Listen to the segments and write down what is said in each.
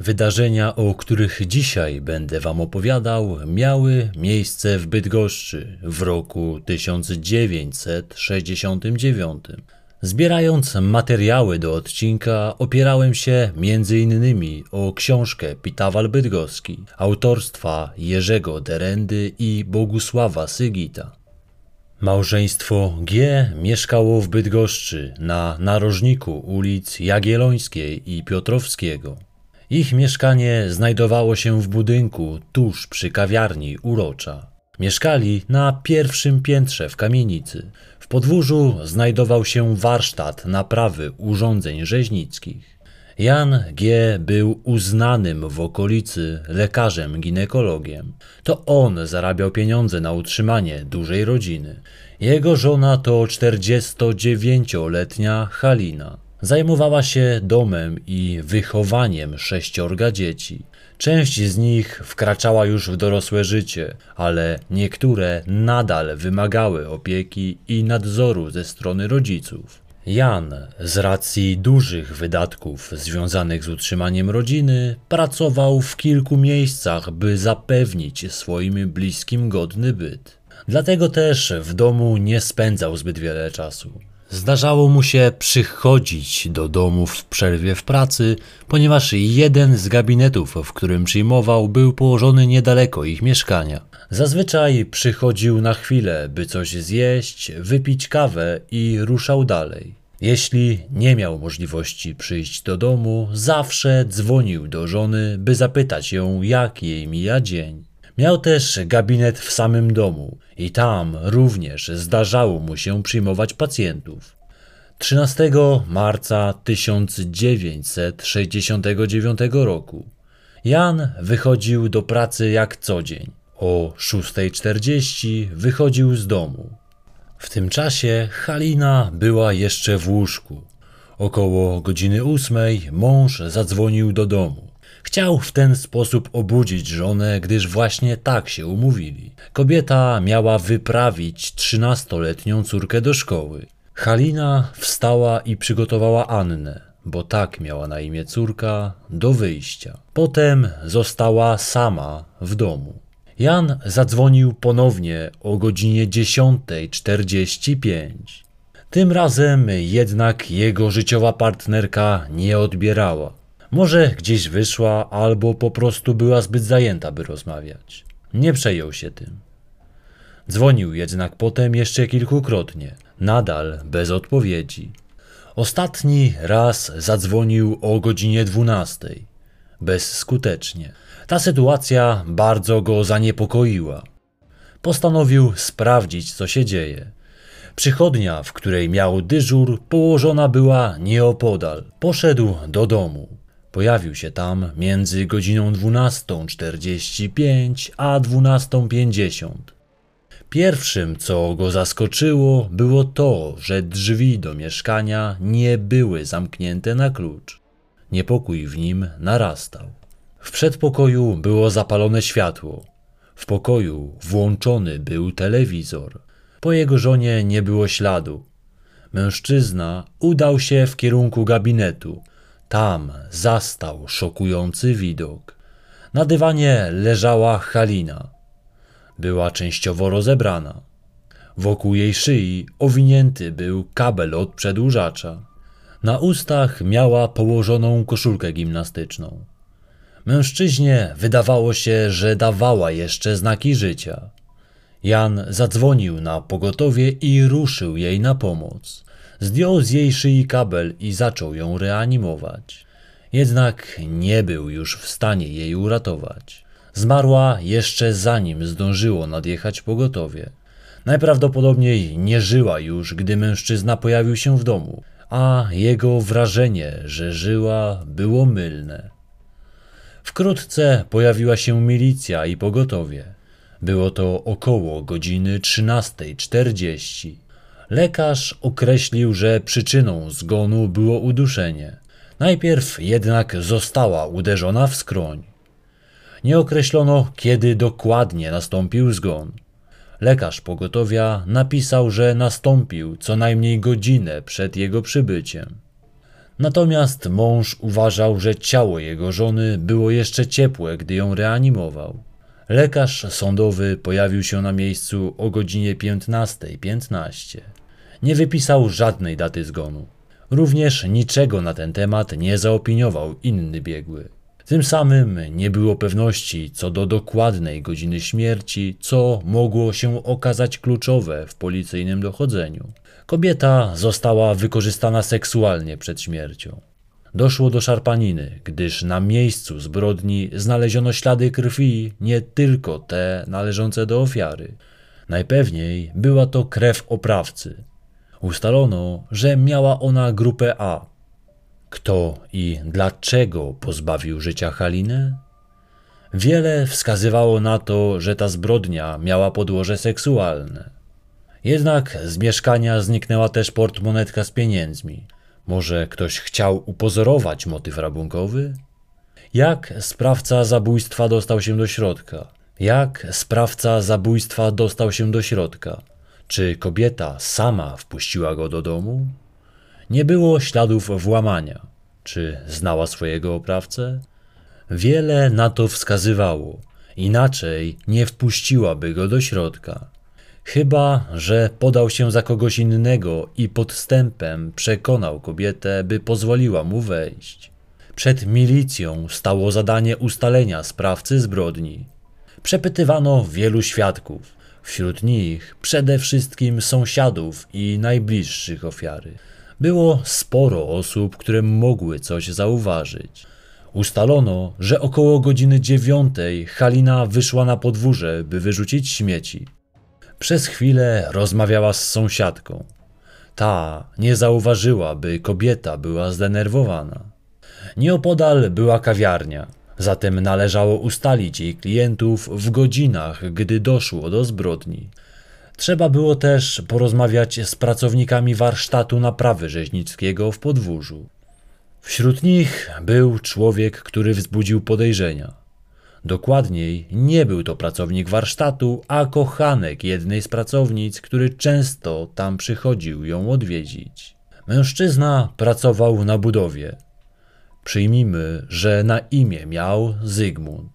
Wydarzenia, o których dzisiaj będę wam opowiadał, miały miejsce w Bydgoszczy w roku 1969. Zbierając materiały do odcinka, opierałem się m.in. o książkę Pitawal Bydgoski autorstwa Jerzego Derendy i Bogusława Sygita. Małżeństwo G. mieszkało w Bydgoszczy na narożniku ulic Jagiellońskiej i Piotrowskiego. Ich mieszkanie znajdowało się w budynku tuż przy kawiarni Urocza. Mieszkali na pierwszym piętrze w kamienicy. W podwórzu znajdował się warsztat naprawy urządzeń rzeźnickich. Jan G. był uznanym w okolicy lekarzem ginekologiem. To on zarabiał pieniądze na utrzymanie dużej rodziny. Jego żona to 49-letnia Halina. Zajmowała się domem i wychowaniem 6 dzieci. Część z nich wkraczała już w dorosłe życie, ale niektóre nadal wymagały opieki i nadzoru ze strony rodziców. Jan, z racji dużych wydatków związanych z utrzymaniem rodziny, pracował w kilku miejscach, by zapewnić swoim bliskim godny byt. Dlatego też w domu nie spędzał zbyt wiele czasu. Zdarzało mu się przychodzić do domu w przerwie w pracy, ponieważ jeden z gabinetów, w którym przyjmował, był położony niedaleko ich mieszkania. Zazwyczaj przychodził na chwilę, by coś zjeść, wypić kawę i ruszał dalej. Jeśli nie miał możliwości przyjść do domu, zawsze dzwonił do żony, by zapytać ją, jak jej mija dzień. Miał też gabinet w samym domu i tam również zdarzało mu się przyjmować pacjentów. 13 marca 1969 roku Jan wychodził do pracy jak co dzień. O 6:40 wychodził z domu. W tym czasie Halina była jeszcze w łóżku. Około godziny 8 mąż zadzwonił do domu. Chciał w ten sposób obudzić żonę, gdyż właśnie tak się umówili. Kobieta miała wyprawić 13-letnią córkę do szkoły. Halina wstała i przygotowała Annę, bo tak miała na imię córka, do wyjścia. Potem została sama w domu. Jan zadzwonił ponownie o godzinie 10:45. Tym razem jednak jego życiowa partnerka nie odbierała. Może gdzieś wyszła, albo po prostu była zbyt zajęta, by rozmawiać. Nie przejął się tym. Dzwonił jednak potem jeszcze kilkukrotnie, nadal bez odpowiedzi. Ostatni raz zadzwonił o godzinie 12. Bezskutecznie. Ta sytuacja bardzo go zaniepokoiła. Postanowił sprawdzić, co się dzieje. Przychodnia, w której miał dyżur, położona była nieopodal. Poszedł do domu. Pojawił się tam między godziną 12:45 a 12:50. Pierwszym, co go zaskoczyło, było to, że drzwi do mieszkania nie były zamknięte na klucz. Niepokój w nim narastał. W przedpokoju było zapalone światło. W pokoju włączony był telewizor. Po jego żonie nie było śladu. Mężczyzna udał się w kierunku gabinetu. Tam zastał szokujący widok. Na dywanie leżała Halina. Była częściowo rozebrana. Wokół jej szyi owinięty był kabel od przedłużacza. Na ustach miała położoną koszulkę gimnastyczną. Mężczyźnie wydawało się, że dawała jeszcze znaki życia. Jan zadzwonił na pogotowie i ruszył jej na pomoc. Zdjął z jej szyi kabel i zaczął ją reanimować. Jednak nie był już w stanie jej uratować. Zmarła jeszcze zanim zdążyło nadjechać pogotowie. Najprawdopodobniej nie żyła już, gdy mężczyzna pojawił się w domu, a jego wrażenie, że żyła, było mylne. Wkrótce pojawiła się milicja i pogotowie. Było to około godziny 13:40. Lekarz określił, że przyczyną zgonu było uduszenie. Najpierw jednak została uderzona w skroń. Nie określono, kiedy dokładnie nastąpił zgon. Lekarz pogotowia napisał, że nastąpił co najmniej godzinę przed jego przybyciem. Natomiast mąż uważał, że ciało jego żony było jeszcze ciepłe, gdy ją reanimował. Lekarz sądowy pojawił się na miejscu o godzinie 15:15. Nie wypisał żadnej daty zgonu. Również niczego na ten temat nie zaopiniował inny biegły. Tym samym nie było pewności co do dokładnej godziny śmierci, co mogło się okazać kluczowe w policyjnym dochodzeniu. Kobieta została wykorzystana seksualnie przed śmiercią. Doszło do szarpaniny, gdyż na miejscu zbrodni znaleziono ślady krwi, nie tylko te należące do ofiary. Najpewniej była to krew oprawcy. Ustalono, że miała ona grupę A. Kto i dlaczego pozbawił życia Halinę? Wiele wskazywało na to, że ta zbrodnia miała podłoże seksualne. Jednak z mieszkania zniknęła też portmonetka z pieniędzmi. Może ktoś chciał upozorować motyw rabunkowy? Jak sprawca zabójstwa dostał się do środka? Czy kobieta sama wpuściła go do domu? Nie było śladów włamania. Czy znała swojego oprawcę? Wiele na to wskazywało. Inaczej nie wpuściłaby go do środka. Chyba że podał się za kogoś innego i podstępem przekonał kobietę, by pozwoliła mu wejść. Przed milicją stało zadanie ustalenia sprawcy zbrodni. Przepytywano wielu świadków, wśród nich przede wszystkim sąsiadów i najbliższych ofiary. Było sporo osób, które mogły coś zauważyć. Ustalono, że około godziny 9 Halina wyszła na podwórze, by wyrzucić śmieci. Przez chwilę rozmawiała z sąsiadką. Ta nie zauważyła, by kobieta była zdenerwowana. Nieopodal była kawiarnia, zatem należało ustalić jej klientów w godzinach, gdy doszło do zbrodni. Trzeba było też porozmawiać z pracownikami warsztatu naprawy rzeźnickiego w Podwórzu. Wśród nich był człowiek, który wzbudził podejrzenia. Dokładniej, nie był to pracownik warsztatu, a kochanek jednej z pracownic, który często tam przychodził ją odwiedzić. Mężczyzna pracował na budowie. Przyjmijmy, że na imię miał Zygmunt.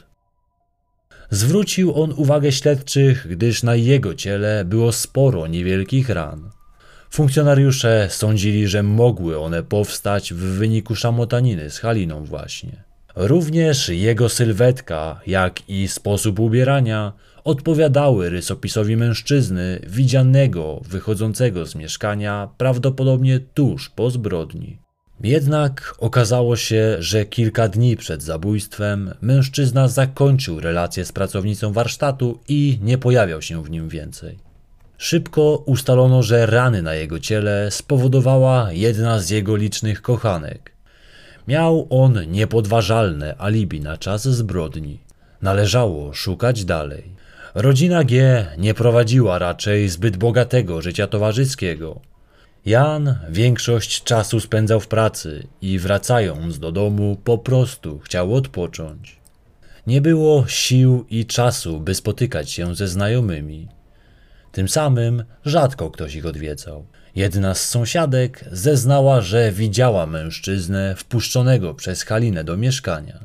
Zwrócił on uwagę śledczych, gdyż na jego ciele było sporo niewielkich ran. Funkcjonariusze sądzili, że mogły one powstać w wyniku szamotaniny z Haliną właśnie. Również jego sylwetka, jak i sposób ubierania odpowiadały rysopisowi mężczyzny widzianego wychodzącego z mieszkania prawdopodobnie tuż po zbrodni. Jednak okazało się, że kilka dni przed zabójstwem mężczyzna zakończył relację z pracownicą warsztatu i nie pojawiał się w nim więcej. Szybko ustalono, że rany na jego ciele spowodowała jedna z jego licznych kochanek. Miał on niepodważalne alibi na czas zbrodni. Należało szukać dalej. Rodzina G nie prowadziła raczej zbyt bogatego życia towarzyskiego. Jan większość czasu spędzał w pracy i wracając do domu po prostu chciał odpocząć. Nie było sił i czasu, by spotykać się ze znajomymi. Tym samym rzadko ktoś ich odwiedzał. Jedna z sąsiadek zeznała, że widziała mężczyznę wpuszczonego przez Halinę do mieszkania.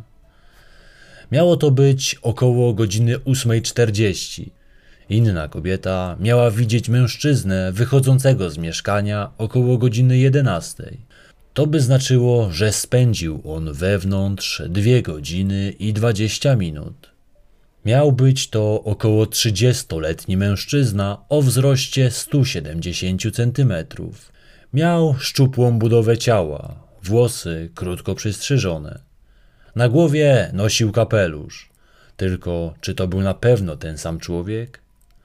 Miało to być około godziny 8:40. Inna kobieta miała widzieć mężczyznę wychodzącego z mieszkania około godziny 11. To by znaczyło, że spędził on wewnątrz 2 godziny i 20 minut. Miał być to około 30-letni mężczyzna o wzroście 170 cm. Miał szczupłą budowę ciała, włosy krótko przystrzyżone. Na głowie nosił kapelusz. Tylko czy to był na pewno ten sam człowiek?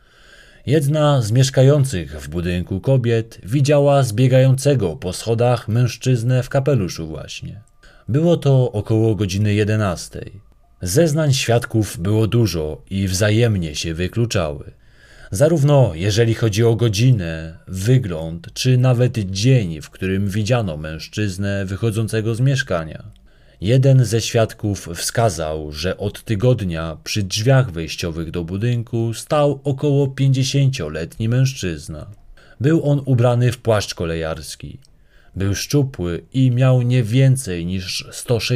Jedna z mieszkających w budynku kobiet widziała zbiegającego po schodach mężczyznę w kapeluszu właśnie. Było to około godziny 11. Zeznań świadków było dużo i wzajemnie się wykluczały. Zarówno jeżeli chodzi o godzinę, wygląd, czy nawet dzień, w którym widziano mężczyznę wychodzącego z mieszkania. Jeden ze świadków wskazał, że od tygodnia przy drzwiach wejściowych do budynku stał około 50-letni mężczyzna. Był on ubrany w płaszcz kolejarski. Był szczupły i miał nie więcej niż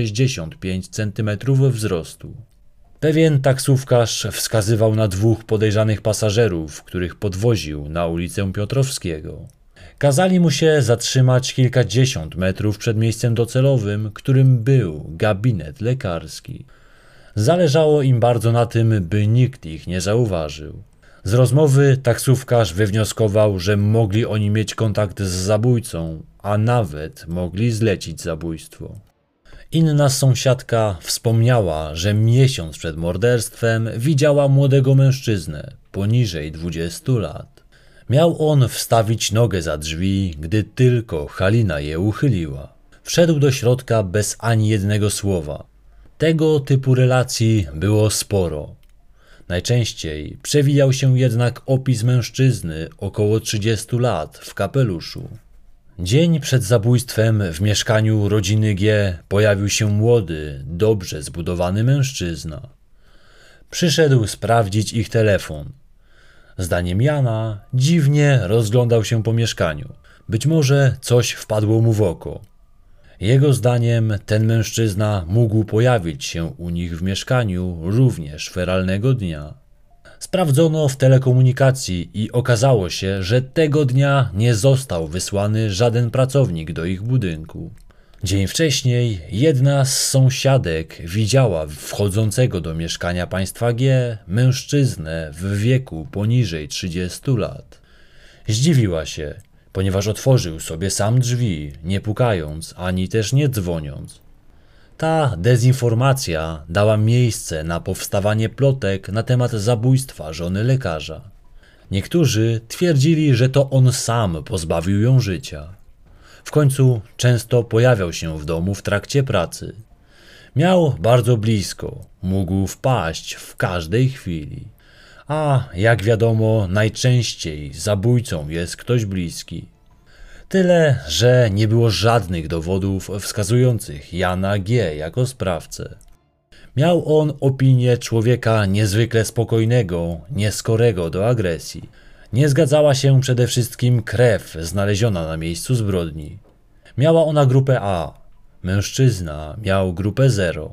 165 cm wzrostu. Pewien taksówkarz wskazywał na 2 podejrzanych pasażerów, których podwoził na ulicę Piotrowskiego. Kazali mu się zatrzymać kilkadziesiąt metrów przed miejscem docelowym, którym był gabinet lekarski. Zależało im bardzo na tym, by nikt ich nie zauważył. Z rozmowy taksówkarz wywnioskował, że mogli oni mieć kontakt z zabójcą, a nawet mogli zlecić zabójstwo. Inna sąsiadka wspomniała, że miesiąc przed morderstwem widziała młodego mężczyznę poniżej 20 lat. Miał on wstawić nogę za drzwi, gdy tylko Halina je uchyliła. Wszedł do środka bez ani jednego słowa. Tego typu relacji było sporo. Najczęściej przewijał się jednak opis mężczyzny około 30 lat w kapeluszu. Dzień przed zabójstwem w mieszkaniu rodziny G pojawił się młody, dobrze zbudowany mężczyzna. Przyszedł sprawdzić ich telefon. Zdaniem Jana dziwnie rozglądał się po mieszkaniu. Być może coś wpadło mu w oko. Jego zdaniem ten mężczyzna mógł pojawić się u nich w mieszkaniu również feralnego dnia. Sprawdzono w telekomunikacji i okazało się, że tego dnia nie został wysłany żaden pracownik do ich budynku. Dzień wcześniej jedna z sąsiadek widziała wchodzącego do mieszkania państwa G mężczyznę w wieku poniżej 30 lat. Zdziwiła się, ponieważ otworzył sobie sam drzwi, nie pukając ani też nie dzwoniąc. Ta dezinformacja dała miejsce na powstawanie plotek na temat zabójstwa żony lekarza. Niektórzy twierdzili, że to on sam pozbawił ją życia. W końcu często pojawiał się w domu w trakcie pracy. Miał bardzo blisko, mógł wpaść w każdej chwili. A jak wiadomo, najczęściej zabójcą jest ktoś bliski. Tyle, że nie było żadnych dowodów wskazujących Jana G. jako sprawcę. Miał on opinię człowieka niezwykle spokojnego, nieskorego do agresji. Nie zgadzała się przede wszystkim krew znaleziona na miejscu zbrodni. Miała ona grupę A, mężczyzna miał grupę 0.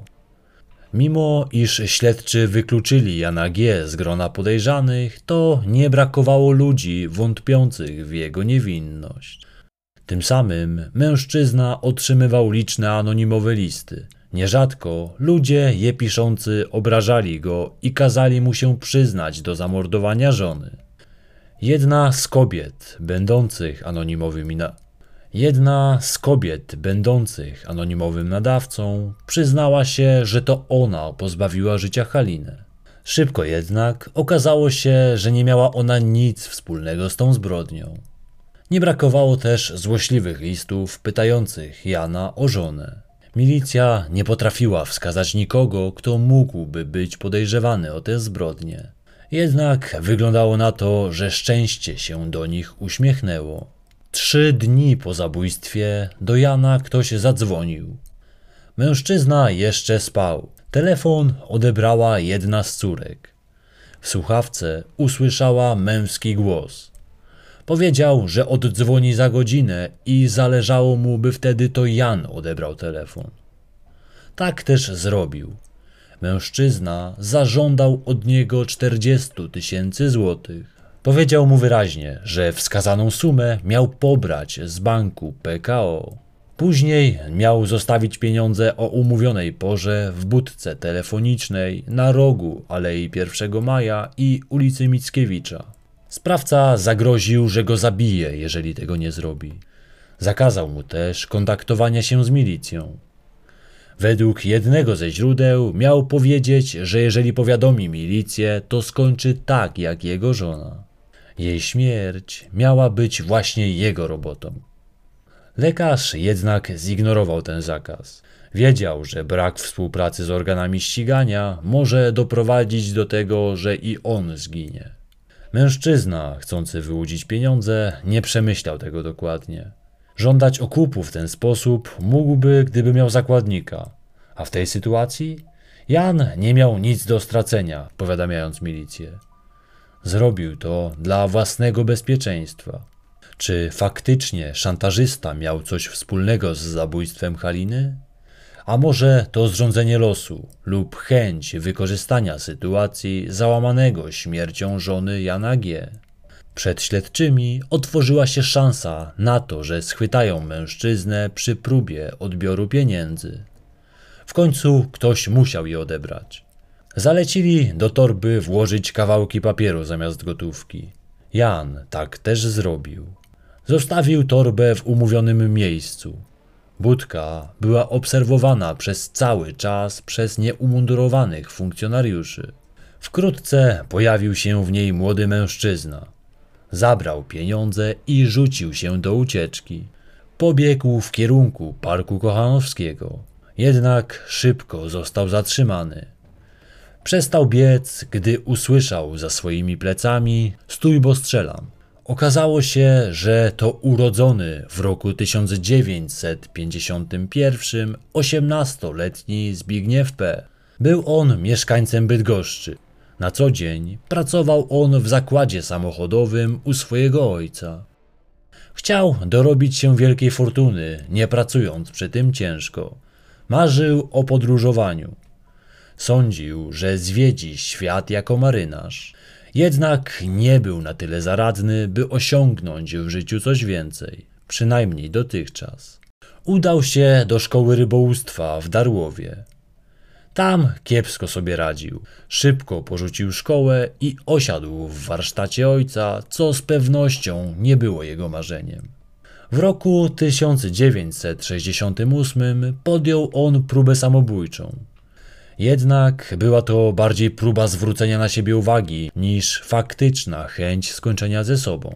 Mimo iż śledczy wykluczyli Jana G. z grona podejrzanych, to nie brakowało ludzi wątpiących w jego niewinność. Tym samym mężczyzna otrzymywał liczne anonimowe listy. Nierzadko ludzie je piszący obrażali go i kazali mu się przyznać do zamordowania żony. Jedna z kobiet będących anonimowym nadawcą przyznała się, że to ona pozbawiła życia Halinę. Szybko jednak okazało się, że nie miała ona nic wspólnego z tą zbrodnią. Nie brakowało też złośliwych listów pytających Jana o żonę. Milicja nie potrafiła wskazać nikogo, kto mógłby być podejrzewany o tę zbrodnię. Jednak wyglądało na to, że szczęście się do nich uśmiechnęło. 3 dni po zabójstwie do Jana ktoś zadzwonił. Mężczyzna jeszcze spał. Telefon odebrała jedna z córek. W słuchawce usłyszała męski głos. Powiedział, że oddzwoni za godzinę i zależało mu, by wtedy to Jan odebrał telefon. Tak też zrobił. Mężczyzna zażądał od niego 40 000 złotych. Powiedział mu wyraźnie, że wskazaną sumę miał pobrać z banku PKO. Później miał zostawić pieniądze o umówionej porze w budce telefonicznej na rogu Alei 1 Maja i ulicy Mickiewicza. Sprawca zagroził, że go zabije, jeżeli tego nie zrobi. Zakazał mu też kontaktowania się z milicją. Według jednego ze źródeł miał powiedzieć, że jeżeli powiadomi milicję, to skończy tak jak jego żona. Jej śmierć miała być właśnie jego robotą. Lekarz jednak zignorował ten zakaz. Wiedział, że brak współpracy z organami ścigania może doprowadzić do tego, że i on zginie. Mężczyzna, chcący wyłudzić pieniądze, nie przemyślał tego dokładnie. Żądać okupu w ten sposób mógłby, gdyby miał zakładnika. A w tej sytuacji Jan nie miał nic do stracenia, powiadamiając milicję. Zrobił to dla własnego bezpieczeństwa. Czy faktycznie szantażysta miał coś wspólnego z zabójstwem Haliny? A może to zrządzenie losu lub chęć wykorzystania sytuacji załamanego śmiercią żony Jana G. Przed śledczymi otworzyła się szansa na to, że schwytają mężczyznę przy próbie odbioru pieniędzy. W końcu ktoś musiał je odebrać. Zalecili do torby włożyć kawałki papieru zamiast gotówki. Jan tak też zrobił. Zostawił torbę w umówionym miejscu. Budka była obserwowana przez cały czas przez nieumundurowanych funkcjonariuszy. Wkrótce pojawił się w niej młody mężczyzna. Zabrał pieniądze i rzucił się do ucieczki. Pobiegł w kierunku Parku Kochanowskiego, jednak szybko został zatrzymany. Przestał biec, gdy usłyszał za swoimi plecami: „Stój, bo strzelam”. Okazało się, że to urodzony w roku 1951 18-letni Zbigniew P. Był on mieszkańcem Bydgoszczy. Na co dzień pracował on w zakładzie samochodowym u swojego ojca. Chciał dorobić się wielkiej fortuny, nie pracując przy tym ciężko. Marzył o podróżowaniu. Sądził, że zwiedzi świat jako marynarz. Jednak nie był na tyle zaradny, by osiągnąć w życiu coś więcej, przynajmniej dotychczas. Udał się do szkoły rybołówstwa w Darłowie. Tam kiepsko sobie radził. Szybko porzucił szkołę i osiadł w warsztacie ojca, co z pewnością nie było jego marzeniem. W roku 1968 podjął on próbę samobójczą. Jednak była to bardziej próba zwrócenia na siebie uwagi niż faktyczna chęć skończenia ze sobą.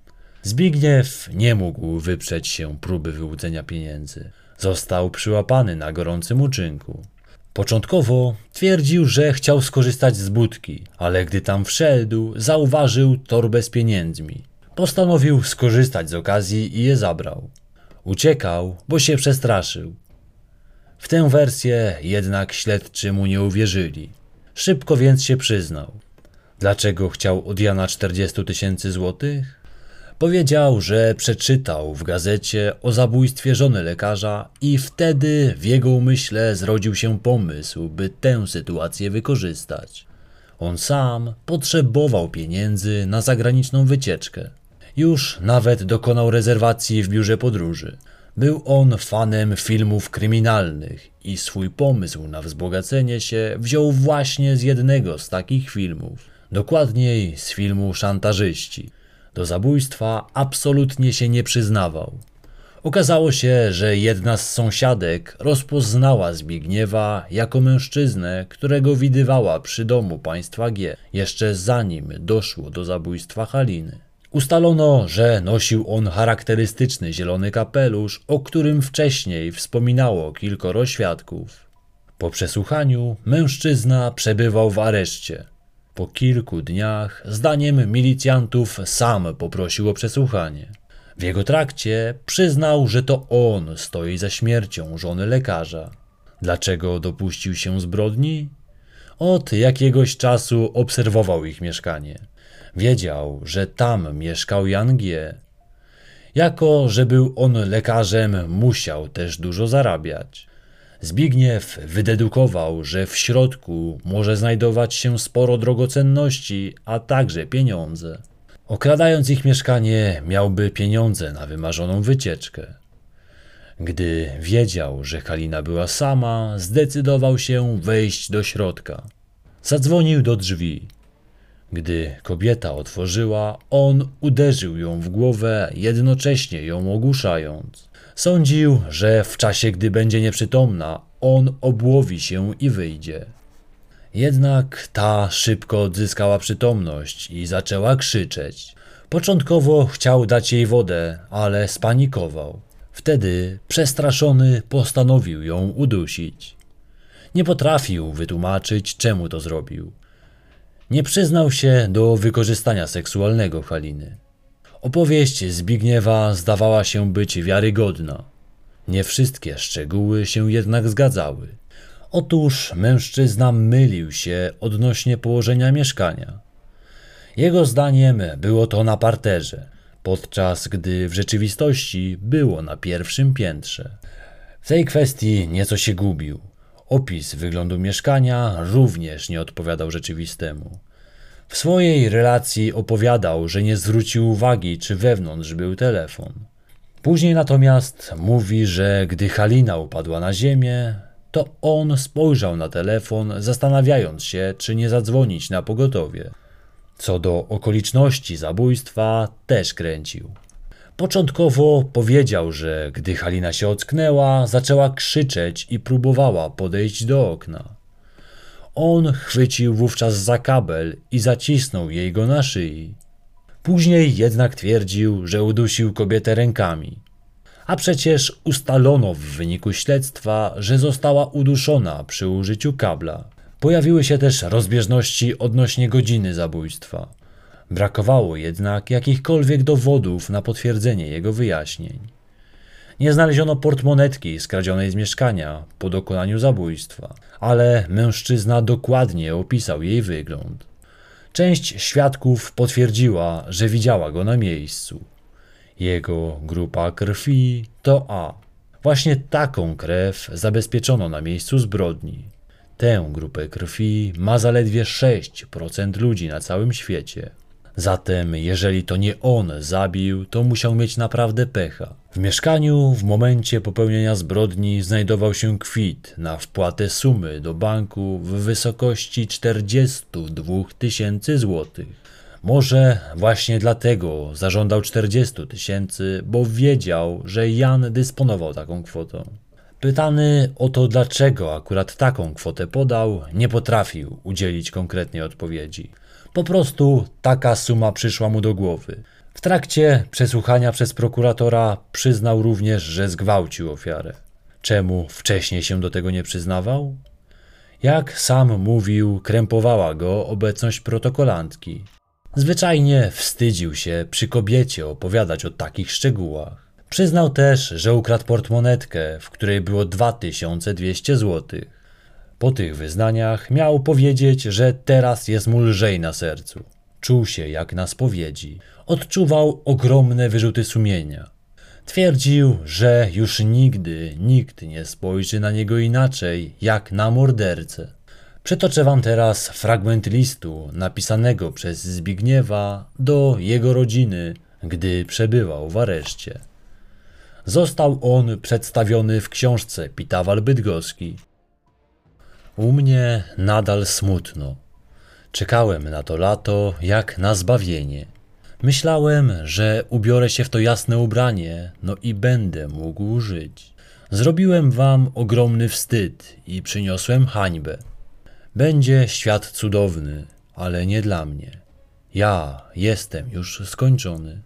Zbigniew nie mógł wyprzeć się próby wyłudzenia pieniędzy. Został przyłapany na gorącym uczynku. Początkowo twierdził, że chciał skorzystać z budki, ale gdy tam wszedł, zauważył torbę z pieniędzmi. Postanowił skorzystać z okazji i je zabrał. Uciekał, bo się przestraszył. W tę wersję jednak śledczy mu nie uwierzyli. Szybko więc się przyznał. Dlaczego chciał od Jana 40 000 złotych? Powiedział, że przeczytał w gazecie o zabójstwie żony lekarza i wtedy w jego umyśle zrodził się pomysł, by tę sytuację wykorzystać. On sam potrzebował pieniędzy na zagraniczną wycieczkę. Już nawet dokonał rezerwacji w biurze podróży. Był on fanem filmów kryminalnych i swój pomysł na wzbogacenie się wziął właśnie z jednego z takich filmów. Dokładniej z filmu Szantażyści. Do zabójstwa absolutnie się nie przyznawał. Okazało się, że jedna z sąsiadek rozpoznała Zbigniewa jako mężczyznę, którego widywała przy domu państwa G, jeszcze zanim doszło do zabójstwa Haliny. Ustalono, że nosił on charakterystyczny zielony kapelusz, o którym wcześniej wspominało kilkoro świadków. Po przesłuchaniu mężczyzna przebywał w areszcie. Po kilku dniach, zdaniem milicjantów, sam poprosił o przesłuchanie. W jego trakcie przyznał, że to on stoi za śmiercią żony lekarza. Dlaczego dopuścił się zbrodni? Od jakiegoś czasu obserwował ich mieszkanie. Wiedział, że tam mieszkał Jan G. Jako że był on lekarzem, musiał też dużo zarabiać. Zbigniew wydedukował, że w środku może znajdować się sporo drogocenności, a także pieniądze. Okradając ich mieszkanie, miałby pieniądze na wymarzoną wycieczkę. Gdy wiedział, że Halina była sama, zdecydował się wejść do środka. Zadzwonił do drzwi. Gdy kobieta otworzyła, on uderzył ją w głowę, jednocześnie ją ogłuszając. Sądził, że w czasie, gdy będzie nieprzytomna, on obłowi się i wyjdzie. Jednak ta szybko odzyskała przytomność i zaczęła krzyczeć. Początkowo chciał dać jej wodę, ale spanikował. Wtedy przestraszony postanowił ją udusić. Nie potrafił wytłumaczyć, czemu to zrobił. Nie przyznał się do wykorzystania seksualnego Haliny. Opowieść Zbigniewa zdawała się być wiarygodna. Nie wszystkie szczegóły się jednak zgadzały. Otóż mężczyzna mylił się odnośnie położenia mieszkania. Jego zdaniem było to na parterze. podczas gdy w rzeczywistości było na pierwszym piętrze. W tej kwestii nieco się gubił. Opis wyglądu mieszkania również nie odpowiadał rzeczywistemu. W swojej relacji opowiadał, że nie zwrócił uwagi, czy wewnątrz był telefon. Później natomiast mówi, że gdy Halina upadła na ziemię, to on spojrzał na telefon, zastanawiając się, czy nie zadzwonić na pogotowie. Co do okoliczności zabójstwa też kręcił. Początkowo powiedział, że gdy Halina się ocknęła, zaczęła krzyczeć i próbowała podejść do okna. On chwycił wówczas za kabel i zacisnął jej go na szyi. Później jednak twierdził, że udusił kobietę rękami. A przecież ustalono w wyniku śledztwa, że została uduszona przy użyciu kabla. Pojawiły się też rozbieżności odnośnie godziny zabójstwa. Brakowało jednak jakichkolwiek dowodów na potwierdzenie jego wyjaśnień. Nie znaleziono portmonetki skradzionej z mieszkania po dokonaniu zabójstwa, ale mężczyzna dokładnie opisał jej wygląd. Część świadków potwierdziła, że widziała go na miejscu. Jego grupa krwi to A. Właśnie taką krew zabezpieczono na miejscu zbrodni. Tę grupę krwi ma zaledwie 6% ludzi na całym świecie. Zatem jeżeli to nie on zabił, to musiał mieć naprawdę pecha. W mieszkaniu w momencie popełnienia zbrodni znajdował się kwit na wpłatę sumy do banku w wysokości 42 000 złotych. Może właśnie dlatego zażądał 40 000, bo wiedział, że Jan dysponował taką kwotą. Pytany o to, dlaczego akurat taką kwotę podał, nie potrafił udzielić konkretnej odpowiedzi. Po prostu taka suma przyszła mu do głowy. W trakcie przesłuchania przez prokuratora przyznał również, że zgwałcił ofiarę. Czemu wcześniej się do tego nie przyznawał? Jak sam mówił, krępowała go obecność protokolantki. Zwyczajnie wstydził się przy kobiecie opowiadać o takich szczegółach. Przyznał też, że ukradł portmonetkę, w której było 2200 zł. Po tych wyznaniach miał powiedzieć, że teraz jest mu lżej na sercu. Czuł się jak na spowiedzi. Odczuwał ogromne wyrzuty sumienia. Twierdził, że już nigdy nikt nie spojrzy na niego inaczej jak na mordercę. Przytoczę wam teraz fragment listu napisanego przez Zbigniewa do jego rodziny, gdy przebywał w areszcie. Został on przedstawiony w książce Pitawal Bydgoski. U mnie nadal smutno. Czekałem na to lato jak na zbawienie. Myślałem, że ubiorę się w to jasne ubranie, no i będę mógł żyć. Zrobiłem wam ogromny wstyd i przyniosłem hańbę. Będzie świat cudowny, ale nie dla mnie. Ja jestem już skończony.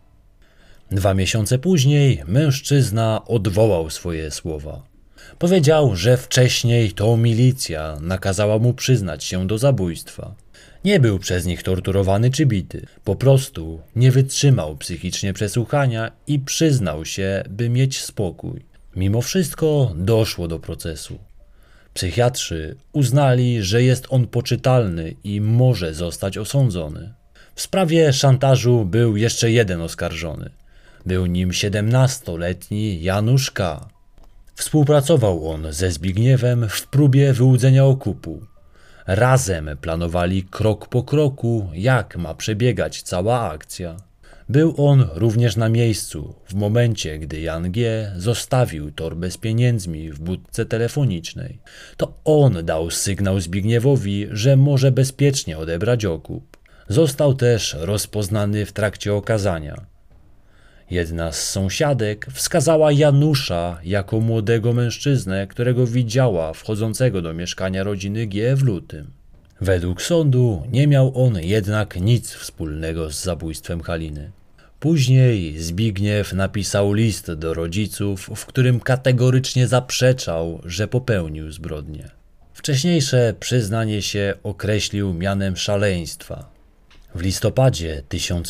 2 miesiące później mężczyzna odwołał swoje słowa. Powiedział, że wcześniej to milicja nakazała mu przyznać się do zabójstwa. Nie był przez nich torturowany czy bity. Po prostu nie wytrzymał psychicznie przesłuchania i przyznał się, by mieć spokój. Mimo wszystko doszło do procesu. Psychiatrzy uznali, że jest on poczytalny i może zostać osądzony. W sprawie szantażu był jeszcze jeden oskarżony. Był nim 17-letni Janusz K. Współpracował on ze Zbigniewem w próbie wyłudzenia okupu. Razem planowali krok po kroku, jak ma przebiegać cała akcja. Był on również na miejscu w momencie, gdy Jan G. zostawił torbę z pieniędzmi w budce telefonicznej. To on dał sygnał Zbigniewowi, że może bezpiecznie odebrać okup. Został też rozpoznany w trakcie okazania. Jedna z sąsiadek wskazała Janusza jako młodego mężczyznę, którego widziała wchodzącego do mieszkania rodziny G. w lutym. Według sądu nie miał on jednak nic wspólnego z zabójstwem Haliny. Później Zbigniew napisał list do rodziców, w którym kategorycznie zaprzeczał, że popełnił zbrodnię. Wcześniejsze przyznanie się określił mianem szaleństwa. W listopadzie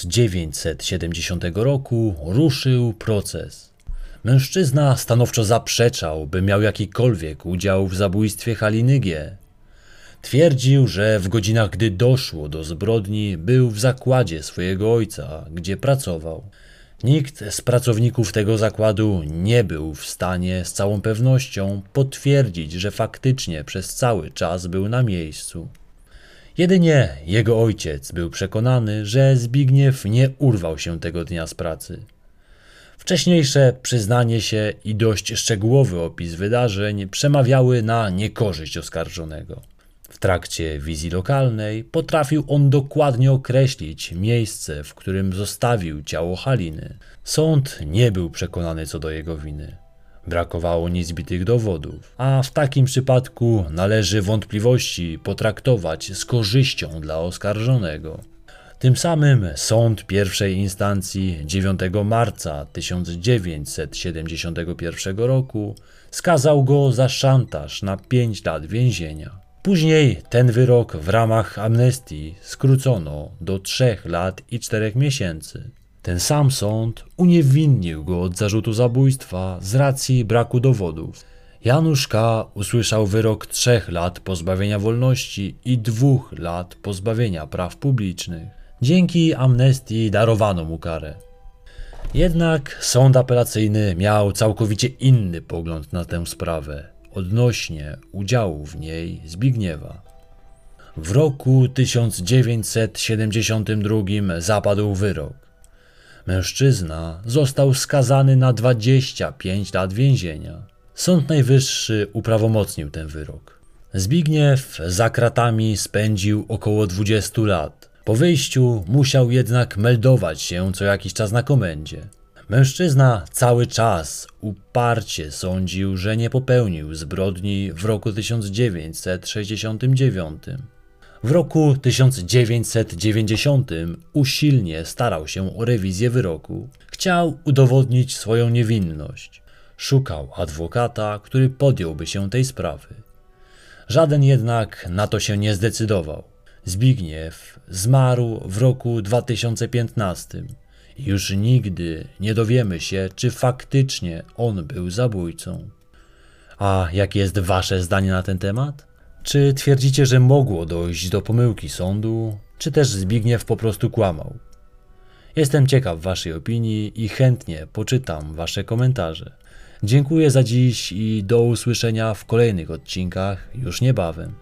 1970 roku ruszył proces. Mężczyzna stanowczo zaprzeczał, by miał jakikolwiek udział w zabójstwie Haliny G. Twierdził, że w godzinach, gdy doszło do zbrodni, był w zakładzie swojego ojca, gdzie pracował. Nikt z pracowników tego zakładu nie był w stanie z całą pewnością potwierdzić, że faktycznie przez cały czas był na miejscu. Jedynie jego ojciec był przekonany, że Zbigniew nie urwał się tego dnia z pracy. Wcześniejsze przyznanie się i dość szczegółowy opis wydarzeń przemawiały na niekorzyść oskarżonego. W trakcie wizji lokalnej potrafił on dokładnie określić miejsce, w którym zostawił ciało Haliny. Sąd nie był przekonany co do jego winy. Brakowało niezbitych dowodów, a w takim przypadku należy wątpliwości potraktować z korzyścią dla oskarżonego. Tym samym sąd pierwszej instancji 9 marca 1971 roku skazał go za szantaż na 5 lat więzienia. Później ten wyrok w ramach amnestii skrócono do 3 lat i 4 miesięcy. Ten sam sąd uniewinnił go od zarzutu zabójstwa z racji braku dowodów. Janusz K. usłyszał wyrok 3 lat pozbawienia wolności i 2 lat pozbawienia praw publicznych. Dzięki amnestii darowano mu karę. Jednak sąd apelacyjny miał całkowicie inny pogląd na tę sprawę odnośnie udziału w niej Zbigniewa. W roku 1972 zapadł wyrok. Mężczyzna został skazany na 25 lat więzienia. Sąd Najwyższy uprawomocnił ten wyrok. Zbigniew za kratami spędził około 20 lat. Po wyjściu musiał jednak meldować się co jakiś czas na komendzie. Mężczyzna cały czas uparcie sądził, że nie popełnił zbrodni w roku 1969. W roku 1990 usilnie starał się o rewizję wyroku. Chciał udowodnić swoją niewinność. Szukał adwokata, który podjąłby się tej sprawy. Żaden jednak na to się nie zdecydował. Zbigniew zmarł w roku 2015. Już nigdy nie dowiemy się, czy faktycznie on był zabójcą. A jakie jest wasze zdanie na ten temat? Czy twierdzicie, że mogło dojść do pomyłki sądu, czy też Zbigniew po prostu kłamał? Jestem ciekaw waszej opinii i chętnie poczytam wasze komentarze. Dziękuję za dziś i do usłyszenia w kolejnych odcinkach już niebawem.